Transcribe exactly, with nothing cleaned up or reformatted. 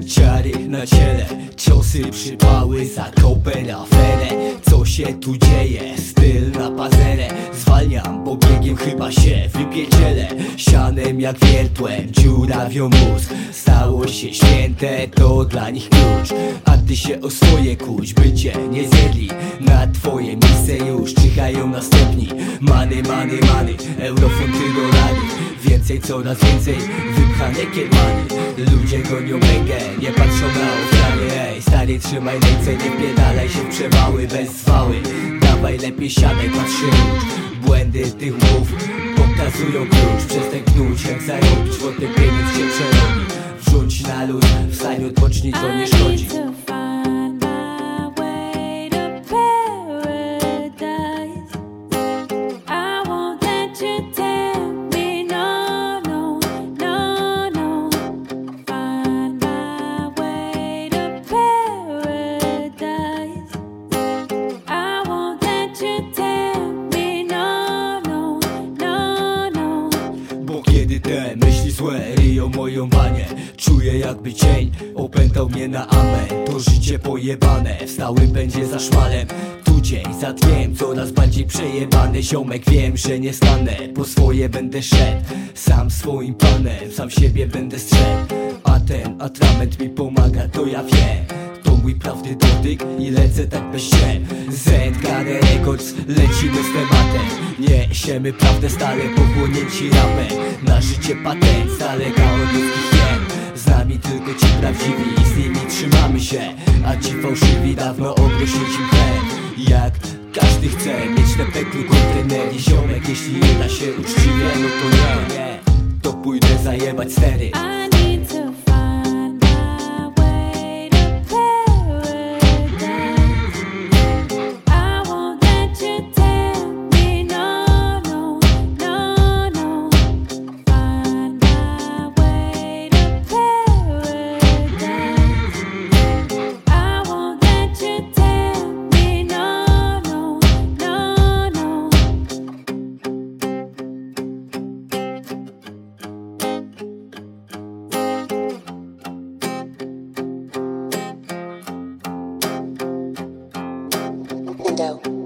ciary na ciele, ciosy, przypały, zakopy, aferę. Co się tu dzieje? Styl na pazerę. Zwalniam, bo biegiem chyba się wypierdzielę. Sianem jak wiertłem, dziurawią mózg. Stało się święte, to dla nich klucz. A ty się o swoje kuć, by cię nie zjedli. Na twoje miejsce już czyhają następni. Many, many, many, eurofonty dolary. Więcej, coraz więcej, wypchane kiermany. Ludzie gonią bęgę, nie patrzą na ofiary. Ej, stary, trzymaj ręce, nie wpierdalaj się w przewały bez zwały. Dawaj lepiej siadaj, patrz już. Błędy tych mów pokazują klucz. Przestań knuć, jak zarobić, bo ten pieniądz cię przerobi. Wrzuć na luz, wstań, odpocznij, to nie szkodzi. Kiedy te myśli złe ryją moją banię, czuję jakby cień opętał mnie na amen. To życie pojebane, wstały będzie za szmalem. Tu dzień za dniem, coraz bardziej przejebany. Ziomek, wiem, że nie stanę, po swoje będę szedł. Sam swoim panem, sam siebie będę strzegł. A ten atrament mi pomaga, to ja wiem. To mój prawdy dotyk i lecę tak bez ściem. Z K D Records lecimy z tematem. Niesiemy prawdę stale, pochłonięci rapem. Na życie patent, z daleka od ludzkich jem. Z nami tylko ci prawdziwi i z nimi trzymamy się. A ci fałszywi dawno obrośli chleb. Jak każdy chce mieć te peklu kontenery. Ziomek, jeśli nie da się uczciwie, no to nie, nie. To pójdę zajebać stery. Window.